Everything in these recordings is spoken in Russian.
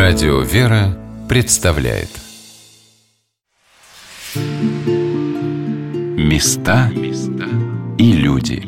Радио «Вера» представляет Места и люди.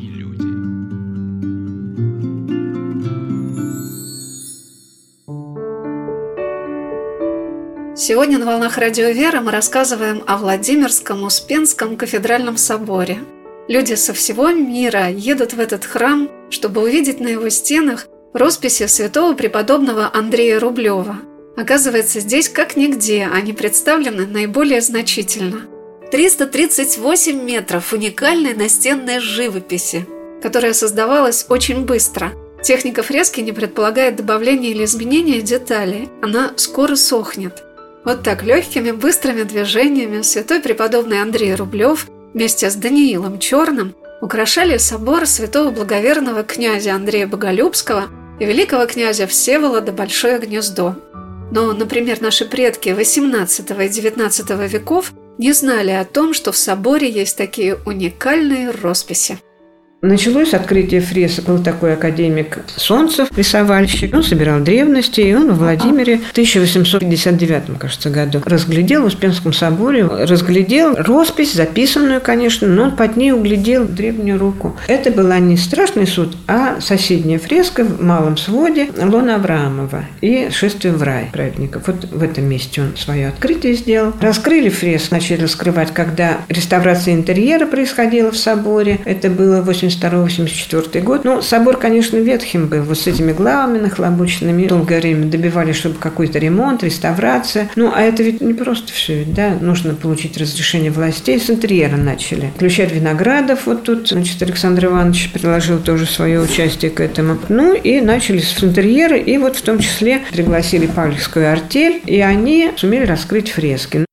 Сегодня на «Волнах Радио «Вера» мы рассказываем о Владимирском Успенском кафедральном соборе. Люди со всего мира едут в этот храм, чтобы увидеть на его стенах росписи святого преподобного Андрея Рублева. Оказывается, здесь как нигде они представлены наиболее значительно. 338 метров уникальной настенной живописи, которая создавалась очень быстро. Техника фрески не предполагает добавления или изменения деталей, она скоро сохнет. Вот так легкими, быстрыми движениями святой преподобный Андрей Рублев вместе с Даниилом Черным украшали собор святого благоверного князя Андрея Боголюбского и великого князя Всеволода Большое Гнездо. Но, например, наши предки XVIII и XIX веков не знали о том, что в соборе есть такие уникальные росписи. Началось открытие фресок. Был такой академик Солнцев, рисовальщик. Он собирал древности, и он в Владимире в 1859, кажется, году разглядел в Успенском соборе, разглядел роспись, записанную, конечно, но он под ней углядел древнюю руку. Это была не Страшный суд, а соседняя фреска в малом своде Лона Авраамова и Шествие в рай праведников. Вот в этом месте он свое открытие сделал. Раскрыли фреску, начали раскрывать, когда реставрация интерьера происходила в соборе. Это было 82-84 год. Ну, собор, конечно, ветхим был, вот с этими главами нахлобученными. Долгое время добивались, чтобы какой-то ремонт, реставрация. Ну, а это ведь не просто все, да, нужно получить разрешение властей. С интерьера начали. Включать Виноградов, вот тут, значит, Александр Иванович приложил тоже свое участие к этому. Ну, и начали с интерьера, и вот в том числе пригласили Павловскую артель, и они сумели раскрыть фрески.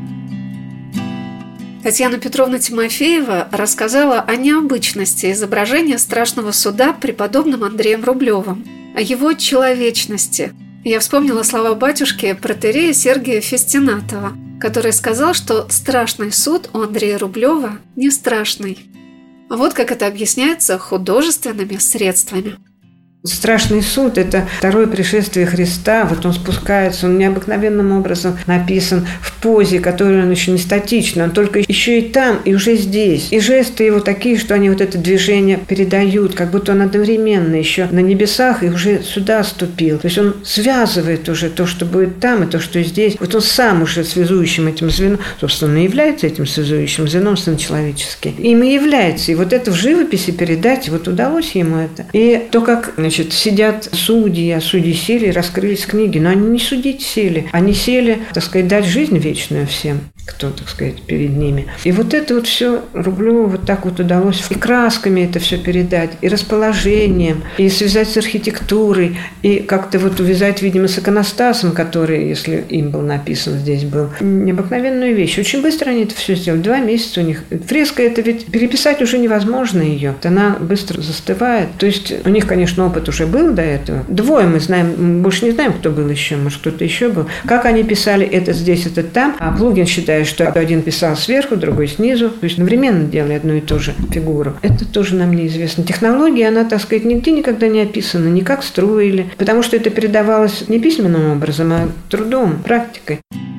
Татьяна Петровна Тимофеева рассказала о необычности изображения Страшного суда преподобным Андреем Рублевым, о его человечности. Я вспомнила слова батюшки протоиерея Сергия Фестинатова, который сказал, что страшный суд у Андрея Рублева не страшный. Вот как это объясняется художественными средствами. Страшный суд – это второе пришествие Христа. Вот он спускается, он необыкновенным образом написан в позе, которая он еще не статична, он только еще и там, и уже здесь. И жесты его такие, что они вот это движение передают, как будто он одновременно еще на небесах и уже сюда ступил. То есть он связывает уже то, что будет там, и то, что здесь. Вот он сам уже связующим этим звеном, собственно, и является этим связующим звеном, сын человеческий. Им и является. И вот это в живописи передать, вот удалось ему это. И то, как сидят судьи, а судьи сели, раскрылись книги. Но они не судить сели. Они сели, так сказать, дать жизнь вечную всем, кто, так сказать, перед ними. И вот это вот все Рублеву вот так вот удалось и красками это все передать, и расположением, и связать с архитектурой, и как-то вот увязать, видимо, с иконостасом, который, если им был написан, здесь был. Необыкновенную вещь. Очень быстро они это все сделали. 2 месяца у них. Фреска это ведь переписать уже невозможно ее. Она быстро застывает. То есть у них, конечно, опыт уже был до этого. 2 мы знаем, мы больше не знаем, кто был еще, может, кто-то еще был. Как они писали это здесь, это там. А Плугин считает, что один писал сверху, другой снизу. То есть одновременно делали одну и ту же фигуру. Это тоже нам неизвестно. Технология, она, так сказать, нигде никогда не описана, ни как строили. Потому что это передавалось не письменным образом, а трудом, практикой.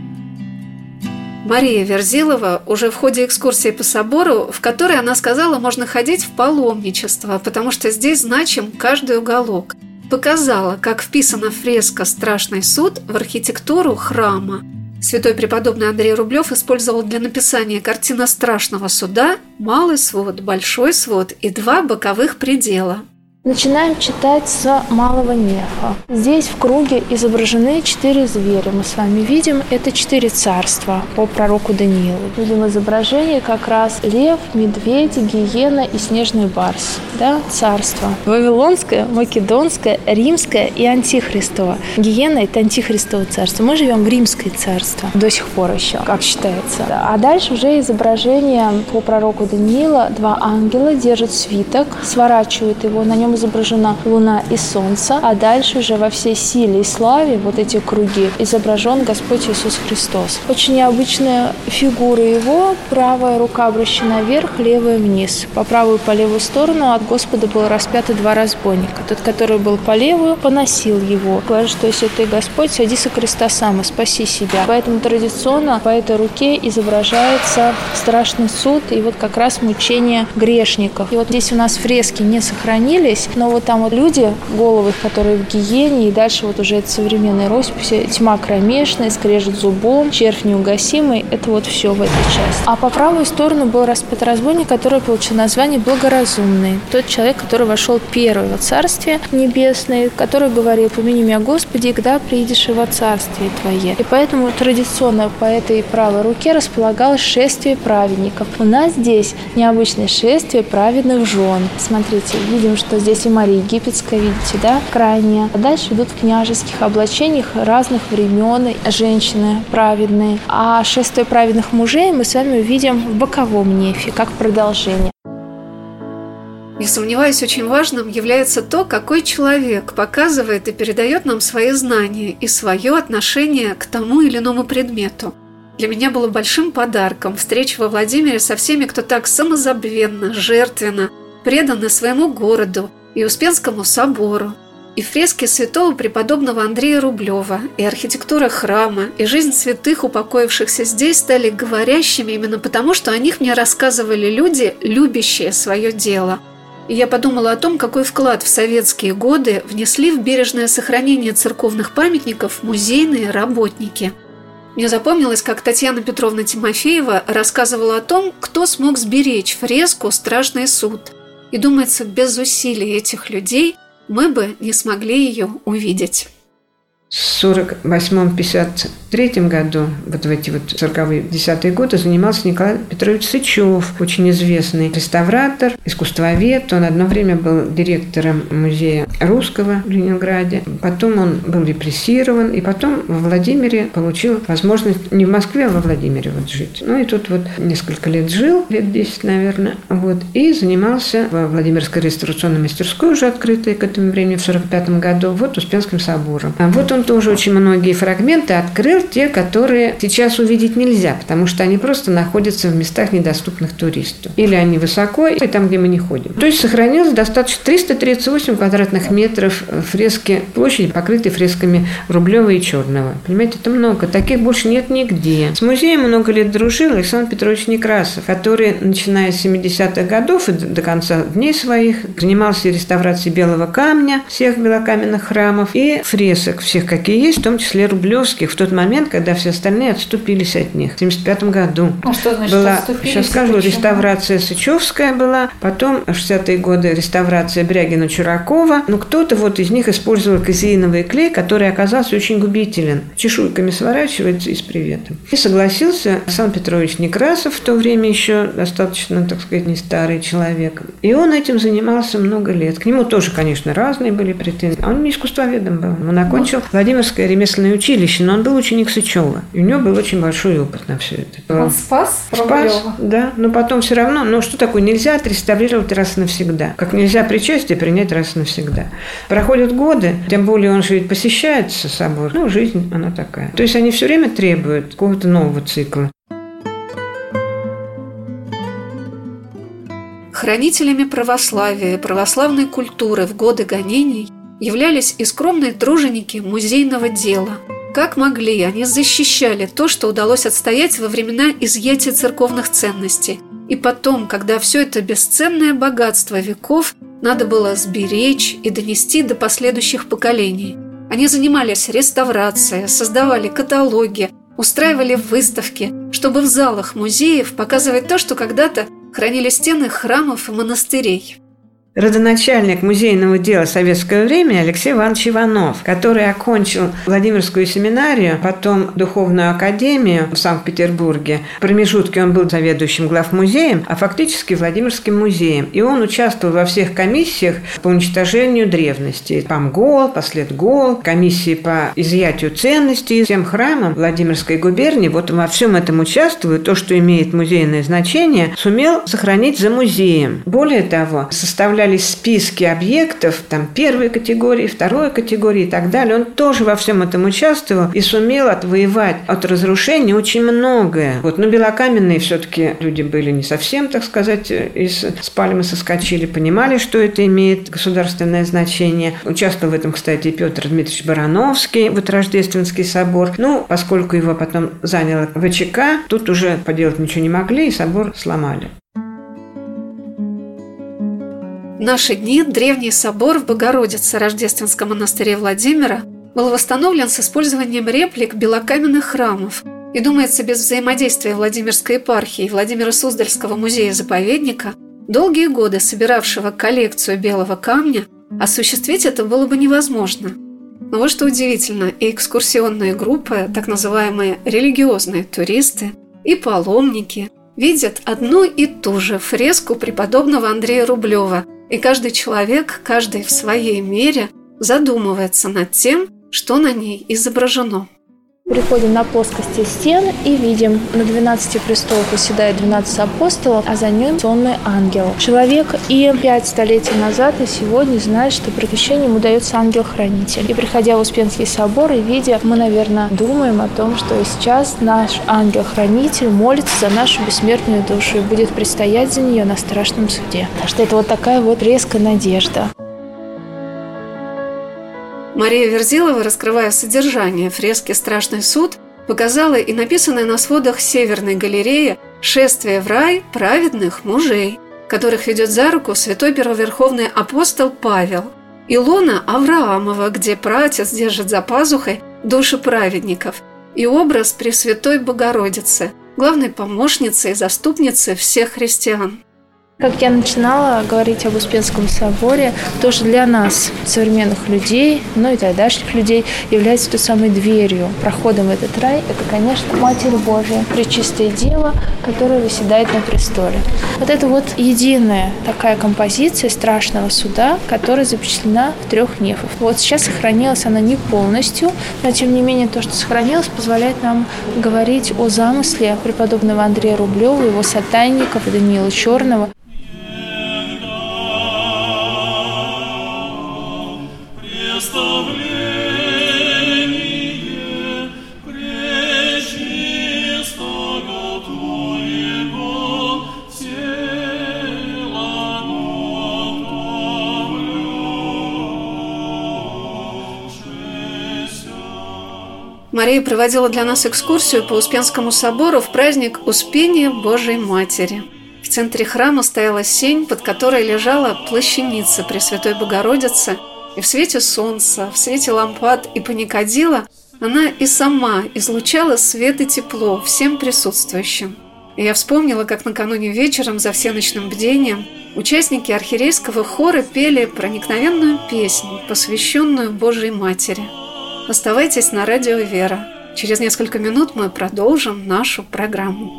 Мария Верзилова уже в ходе экскурсии по собору, в которой она сказала, можно ходить в паломничество, потому что здесь значим каждый уголок, показала, как вписана фреска «Страшный суд» в архитектуру храма. Святой преподобный Андрей Рублев использовал для написания картины Страшного суда малый свод, большой свод и 2 боковых предела. Начинаем читать с малого нефа. Здесь в круге изображены 4 зверя. Мы с вами видим, это 4 царства по пророку Даниилу. Видим изображение как раз лев, медведь, гиена и снежный барс. Да? Царство. Вавилонское, Македонское, Римское и Антихристово. Гиена – это Антихристово царство. Мы живем в Римское царство до сих пор еще, как считается. А дальше уже изображение по пророку Даниила. 2 ангела держат свиток, сворачивают его, на нем котором изображена луна и солнце, а дальше уже во всей силе и славе, вот эти круги, изображен Господь Иисус Христос. Очень необычная фигура его, правая рука обращена вверх, левая вниз. По правую и по левую сторону от Господа было распяты два разбойника. Тот, который был по левую, поносил его. Говорит, что если ты Господь, сойди со креста сам и спаси себя. Поэтому традиционно по этой руке изображается страшный суд и вот как раз мучение грешников. И вот здесь у нас фрески не сохранились, но вот там вот люди, головы, которые в гиене, и дальше вот уже это современная роспись, тьма кромешная, скрежет зубом, червь неугасимый, это вот все в этой части. А по правую сторону был распят разбойник, который получил название Благоразумный. Тот человек, который вошел первый во Царствие Небесное, который говорил: «Помяни меня, Господи, когда приидешь и во Царствие Твое». И поэтому традиционно по этой правой руке располагалось шествие праведников. У нас здесь необычное шествие праведных жен. Смотрите, видим, что здесь и Мария Египетская, видите, да, крайняя. А дальше идут в княжеских облачениях разных времен женщины праведные. А шествие праведных мужей мы с вами увидим в боковом нефе, как продолжение. Не сомневаюсь, очень важным является то, какой человек показывает и передает нам свои знания и свое отношение к тому или иному предмету. Для меня было большим подарком встреча во Владимире со всеми, кто так самозабвенно, жертвенно, преданы своему городу и Успенскому собору. И фрески святого преподобного Андрея Рублева, и архитектура храма, и жизнь святых, упокоившихся здесь, стали говорящими именно потому, что о них мне рассказывали люди, любящие свое дело. И я подумала о том, какой вклад в советские годы внесли в бережное сохранение церковных памятников музейные работники. Мне запомнилось, как Татьяна Петровна Тимофеева рассказывала о том, кто смог сберечь фреску «Страшный суд». И думается, без усилий этих людей мы бы не смогли ее увидеть. В 1948-1953 году, вот в эти вот 40-е, 10-е годы, занимался Николай Петрович Сычев, очень известный реставратор, искусствовед. Он одно время был директором музея русского в Ленинграде. Потом он был репрессирован, и потом во Владимире получил возможность не в Москве, а во Владимире вот жить. Ну и тут вот несколько лет жил, лет 10, наверное, вот, и занимался во Владимирской реставрационной мастерской, уже открытой к этому времени, в 1945 году, вот Успенским собором. А вот он тоже очень многие фрагменты открыл, те, которые сейчас увидеть нельзя, потому что они просто находятся в местах, недоступных туристу. Или они высоко, и там, где мы не ходим. То есть сохранилось достаточно 338 квадратных метров фрески, площади, покрытой фресками Рублева и Черного. Понимаете, это много. Таких больше нет нигде. С музеем много лет дружил Александр Петрович Некрасов, который, начиная с 70-х годов и до конца дней своих, занимался реставрацией белого камня, всех белокаменных храмов и фресок всех, какие есть, в том числе рублевских, в тот момент, когда все остальные отступились от них. В 1975 году что значит была, отступились? сейчас скажу, Почему? Реставрация Сычевская была, потом в 60-е годы реставрация Брягина-Чуракова. Ну, кто-то вот из них использовал казеиновый клей, который оказался очень губителен. Чешуйками сворачивается и с приветом. И согласился Александр Петрович Некрасов, в то время еще достаточно, так сказать, не старый человек. И он этим занимался много лет. К нему тоже, конечно, разные были претензии. А он не искусствоведом был. Он окончил Владимирское ремесленное училище, но он был ученик Сычева. И у него был очень большой опыт на все это. Он спас Рублева? Да. Но потом все равно, ну что такое, нельзя отреставрировать раз и навсегда. Как нельзя причастие принять раз и навсегда. Проходят годы, тем более он же ведь посещается собор. Ну, жизнь, она такая. То есть они все время требуют какого-то нового цикла. Хранителями православия и православной культуры в годы гонений являлись и скромные труженики музейного дела. Как могли, они защищали то, что удалось отстоять во времена изъятия церковных ценностей. И потом, когда все это бесценное богатство веков надо было сберечь и донести до последующих поколений. Они занимались реставрацией, создавали каталоги, устраивали выставки, чтобы в залах музеев показывать то, что когда-то хранили стены храмов и монастырей. Родоначальник музейного дела советского времени Алексей Иванович Иванов, который окончил Владимирскую семинарию, потом Духовную академию в Санкт-Петербурге. В промежутке он был заведующим главмузеем, а фактически Владимирским музеем. И он участвовал во всех комиссиях по уничтожению древности. По МГОЛ, по Следгол, комиссии по изъятию ценностей. Всем храмам Владимирской губернии, вот во всем этом участвует. То, что имеет музейное значение, сумел сохранить за музеем. Более того, составляя появлялись списки объектов, там первой категории, второй категории и так далее, он тоже во всем этом участвовал и сумел отвоевать от разрушений очень многое. Но белокаменные все-таки люди были не совсем, так сказать, с пальмы соскочили, понимали, что это имеет государственное значение. Участвовал в этом, кстати, и Петр Дмитриевич Барановский, Рождественский собор. Поскольку его потом заняла ВЧК, тут уже поделать ничего не могли, и собор сломали. В наши дни древний собор в Богородице Рождественском монастыре Владимира был восстановлен с использованием реплик белокаменных храмов. И, думается, без взаимодействия Владимирской епархии и Владимира Суздальского музея-заповедника, долгие годы собиравшего коллекцию белого камня, осуществить это было бы невозможно. Но вот что удивительно, и экскурсионные группы, так называемые религиозные туристы, и паломники видят одну и ту же фреску преподобного Андрея Рублева, и каждый человек, каждый в своей мере, задумывается над тем, что на ней изображено. Приходим на плоскости стен и видим, на 12 престолах восседает 12 апостолов, а за ним сонный ангел. Человек и 5 столетий назад, и сегодня знает, что при крещении ему дается ангел-хранитель. И приходя в Успенский собор и видя, мы, наверное, думаем о том, что и сейчас наш ангел-хранитель молится за нашу бессмертную душу и будет предстоять за нее на страшном суде. Так что это такая резкая надежда. Мария Верзилова, раскрывая содержание фрески «Страшный суд», показала и написанное на сводах Северной галереи «Шествие в рай праведных мужей», которых ведет за руку святой первоверховный апостол Павел, и лона Авраамова, где праотец держит за пазухой души праведников, и образ Пресвятой Богородицы, главной помощницы и заступницы всех христиан. Как я начинала говорить об Успенском соборе, тоже для нас, современных людей, и тогдашних людей, является той самой дверью, проходом в этот рай. Это, конечно, Матерь Божия, Пречистая Дева, которая восседает на престоле. Это единая такая композиция страшного суда, которая запечатлена в 3 нефах. Сейчас сохранилась она не полностью, но тем не менее то, что сохранилось, позволяет нам говорить о замысле преподобного Андрея Рублева, его сатанников, Даниила Черного. Мария проводила для нас экскурсию по Успенскому собору в праздник Успения Божией Матери. В центре храма стояла сень, под которой лежала плащаница Пресвятой Богородицы, и в свете солнца, в свете лампад и паникадила она и сама излучала свет и тепло всем присутствующим. И я вспомнила, как накануне вечером за всеночным бдением участники архиерейского хора пели проникновенную песню, посвященную Божией Матери. Оставайтесь на радио «Вера». Через несколько минут мы продолжим нашу программу.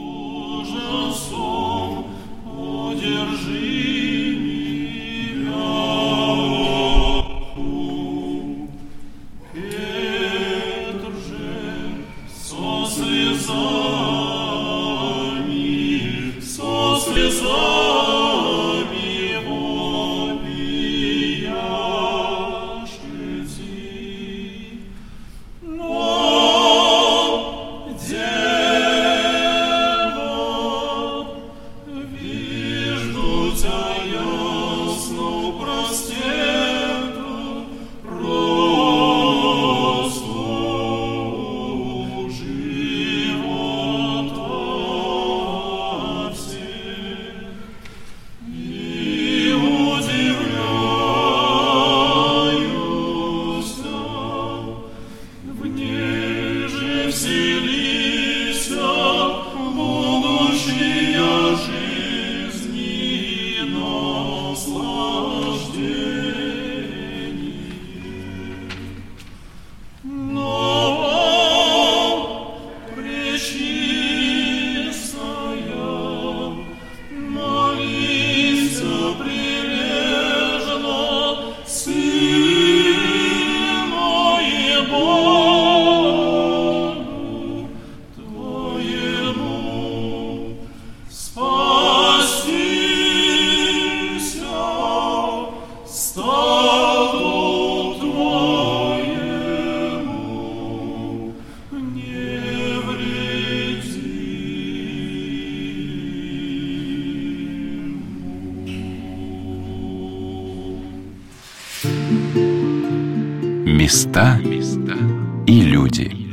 Места и люди.